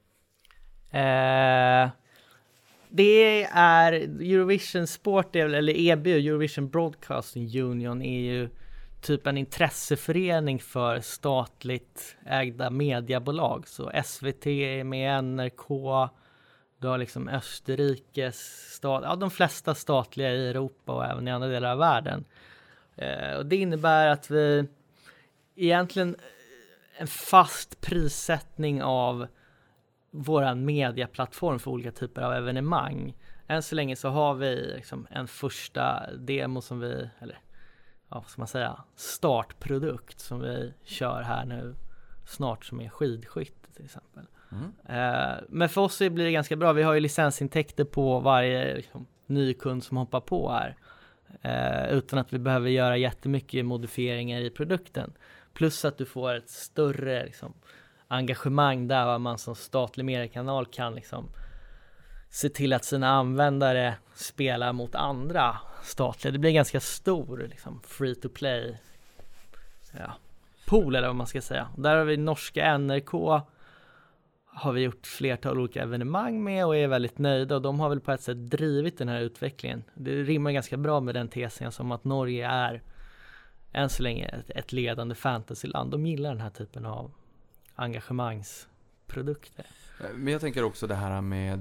Uh, det är Eurovision Sport, eller E B U, Eurovision Broadcasting Union, är ju typ en intresseförening för statligt ägda mediebolag. Så S V T är med, N R K, du har liksom Österrikes stat, ja, de flesta statliga i Europa och även i andra delar av världen. Eh, och det innebär att vi egentligen en fast prissättning av våran mediaplattform för olika typer av evenemang. Än så länge så har vi liksom en första demo som vi, eller ja, vad ska man säga, startprodukt som vi kör här nu snart, som är skidskytte till exempel. Mm. Eh, men för oss blir det ganska bra. Vi har ju licensintäkter på varje liksom, ny kund som hoppar på här. Eh, utan att vi behöver göra jättemycket modifieringar i produkten. Plus att du får ett större liksom, engagemang där man som statlig mediekanal kan liksom, se till att sina användare spelar mot andra statliga. Det blir ganska stor liksom, free to play ja, pool eller vad man ska säga. Där har vi norska N R K, har vi gjort flertal olika evenemang med och är väldigt nöjda, och de har väl på ett sätt drivit den här utvecklingen. Det rimmar ganska bra med den tesen som att Norge är än så länge ett, ett ledande fantasyland. De gillar den här typen av engagemangsprodukter. Men jag tänker också det här med,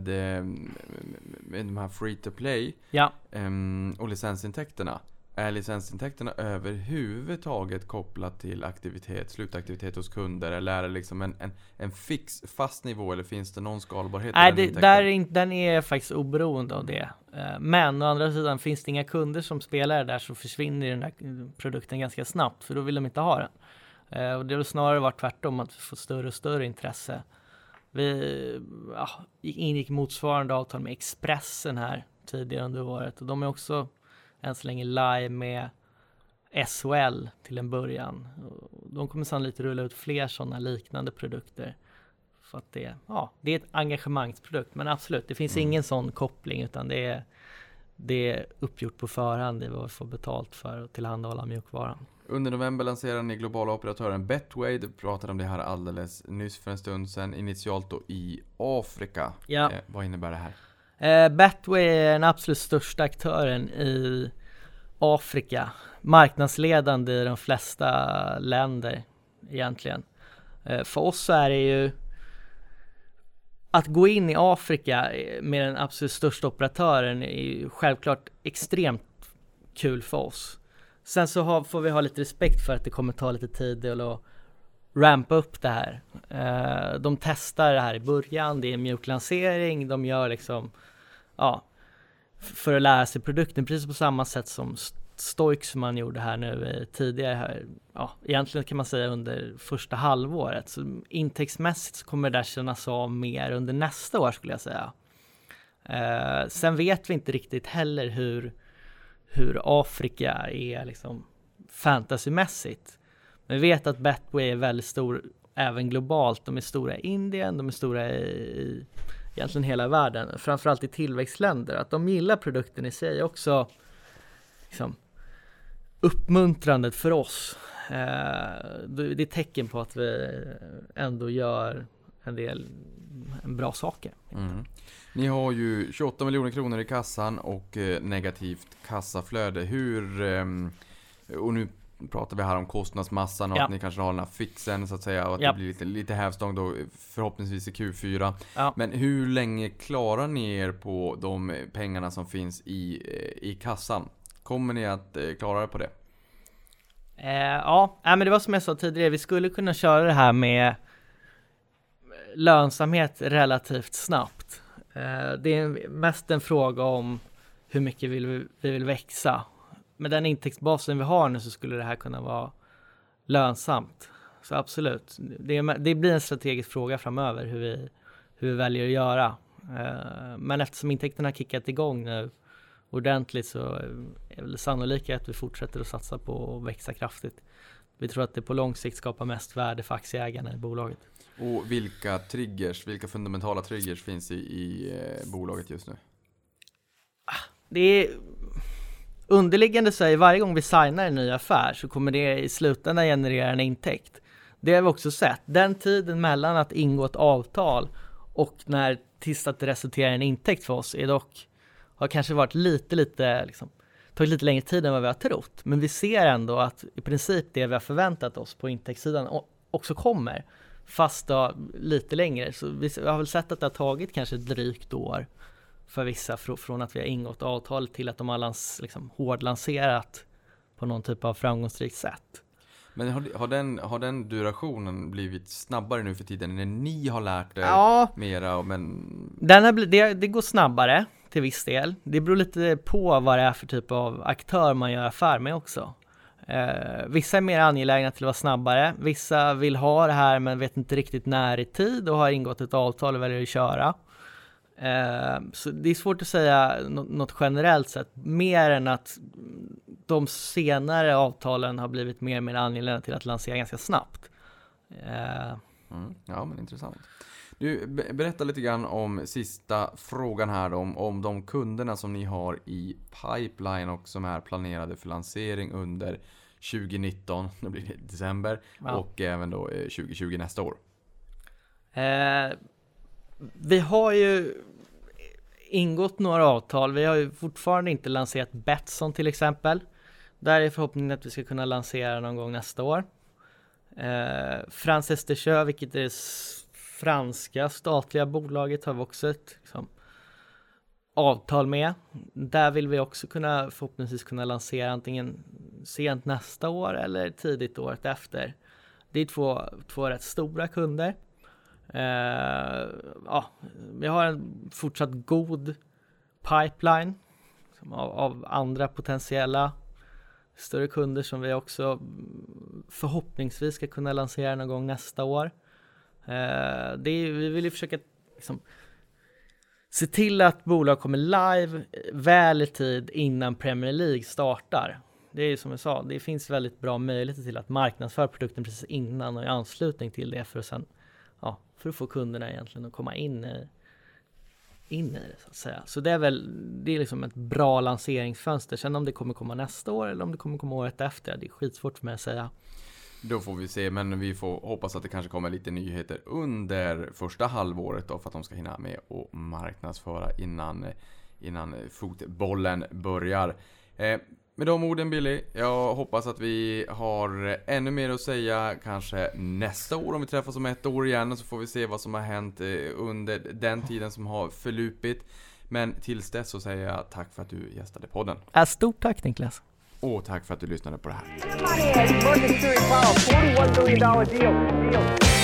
med de här free to play ja. och licensintäkterna. Är licensintäkterna överhuvudtaget kopplat till aktivitet, slutaktivitet hos kunder, eller är det liksom en, en, en fix, fast nivå, eller finns det någon skalbarhet? Nej, det, där är inte, den är faktiskt oberoende av det. Men å andra sidan, finns det inga kunder som spelar där, så försvinner den här produkten ganska snabbt, för då vill de inte ha den. Och det har snarare varit tvärtom, att vi får större och större intresse. Vi ja, ingick motsvarande avtal med Expressen här tidigare under året, och de är också än så länge live med S H L till en början. De kommer sannolikt rulla ut fler sådana liknande produkter. För att det, ja, det är ett engagemangsprodukt. Men absolut, det finns mm. ingen sån koppling, utan det är det är uppgjort på förhand i vad vi får betalt för att tillhandahålla mjukvaran. Under november lanserar ni globala operatören Betway. Du pratade om det här alldeles nyss för en stund sedan. Initialt då i Afrika. Ja. Eh, vad innebär det här? Eh, Betway är den absolut största aktören i Afrika. Marknadsledande i de flesta länder egentligen. Eh, för oss så är det ju att gå in i Afrika med den absolut största operatören är ju självklart extremt kul för oss. Sen så har, får vi ha lite respekt för att det kommer ta lite tid att rampa upp det här. Eh, de testar det här i början, det är mjuklansering, de gör liksom, ja, för att lära sig produkten, precis på samma sätt som Stoix som man gjorde här nu tidigare här, ja, egentligen kan man säga under första halvåret. Så intäktsmässigt så kommer det där kännas av mer under nästa år skulle jag säga. Eh, sen vet vi inte riktigt heller hur hur Afrika är liksom fantasymässigt. Men vi vet att Betway är väldigt stor även globalt. De är stora i Indien, de är stora i, i egentligen hela världen. Framförallt i tillväxtländer. Att de gillar produkten i sig också liksom, uppmuntrandet för oss. Eh, det är tecken på att vi ändå gör en del en bra saker. Mm. Ni har ju tjugoåtta miljoner kronor i kassan och eh, negativt kassaflöde. Hur, eh, och nu pratar vi här om kostnadsmassan och ja. att ni kanske har den här fixen så att säga och att ja. det blir lite, lite hävstång då förhoppningsvis i Q fyra. Ja. Men hur länge klarar ni er på de pengarna som finns i, i kassan? Kommer ni att eh, klara er på det? Eh, ja, äh, men det var som jag sa tidigare, vi skulle kunna köra det här med lönsamhet relativt snabbt. Eh, det är mest en fråga om hur mycket vill vi, vi vill växa. Med den intäktsbasen vi har nu så skulle det här kunna vara lönsamt. Så absolut, det, är, det blir en strategisk fråga framöver hur vi, hur vi väljer att göra. Eh, men eftersom intäkterna har kickat igång nu ordentligt så är det sannolikt att vi fortsätter att satsa på att växa kraftigt. Vi tror att det på lång sikt skapar mest värde för aktieägarna i bolaget. Och vilka triggers, vilka fundamentala triggers finns i, i eh, bolaget just nu? Det är underliggande så är varje gång vi signar en ny affär så kommer det i slutändan generera en intäkt. Det har vi också sett. Den tiden mellan att ingå ett avtal och när tills att det resulterar i en intäkt för oss är dock har kanske varit lite, lite liksom, tagit lite längre tid än vad vi har trott. Men vi ser ändå att i princip det vi har förväntat oss på intäktssidan också kommer. Fast då lite längre. Så vi har väl sett att det har tagit kanske drygt år för vissa fr- från att vi har ingått avtal till att de har lans- liksom, hårdlanserat på någon typ av framgångsrikt sätt. Men har, har, den, har den durationen blivit snabbare nu för tiden när ni har lärt er Ja. mera? Men... Den har bl- det, det går snabbare till viss del. Det beror lite på vad det är för typ av aktör man gör affär med också. Eh, vissa är mer angelägna till att vara snabbare. Vissa vill ha det här men vet inte riktigt när i tid och har ingått ett avtal och väljer att köra. Eh, så det är svårt att säga något, något generellt sett. Mer än att de senare avtalen har blivit mer och mer angelägna till att lansera ganska snabbt. Eh. Mm, ja, men intressant. Du, be- berätta lite grann om sista frågan här då, om, om de kunderna som ni har i pipeline och som är planerade för lansering under tjugonitton, det blir det december, Ja. och även då eh, tjugohundratjugo nästa år. Eh, vi har ju ingått några avtal. Vi har ju fortfarande inte lanserat Betsson till exempel. Där är förhoppningen att vi ska kunna lansera någon gång nästa år. Eh, Frans Estersjö, vilket är s- franska statliga bolaget, har vi också ett liksom, avtal med. Där vill vi också kunna förhoppningsvis kunna lansera antingen sent nästa år eller tidigt året efter. Det är två, två rätt stora kunder. Uh, ja, vi har en fortsatt god pipeline av, av andra potentiella större kunder som vi också förhoppningsvis ska kunna lansera någon gång nästa år. Uh, det är, vi vill ju försöka liksom, se till att bolag kommer live väl i tid innan Premier League startar. Det är som jag sa, det finns väldigt bra möjligheter till att marknadsföra produkten precis innan och i anslutning till det för att sen ja, för att få kunderna egentligen att komma in i, in i det så att säga. Så det är väl det är liksom ett bra lanseringsfönster. Sen om det kommer komma nästa år eller om det kommer komma året efter, det är skitsvårt för mig att säga. Då får vi se, men vi får hoppas att det kanske kommer lite nyheter under första halvåret då, för att de ska hinna med och marknadsföra innan, innan fotbollen börjar. Eh, med de orden, Billy, jag hoppas att vi har ännu mer att säga kanske nästa år om vi träffas om ett år igen, och så får vi se vad som har hänt under den tiden som har förlupit. Men tills dess så säger jag tack för att du gästade podden. Äh, stort tack, Niklas. Och tack för att du lyssnade på det här. Money, Mercury Power, forty-one billion dollars deal. deal.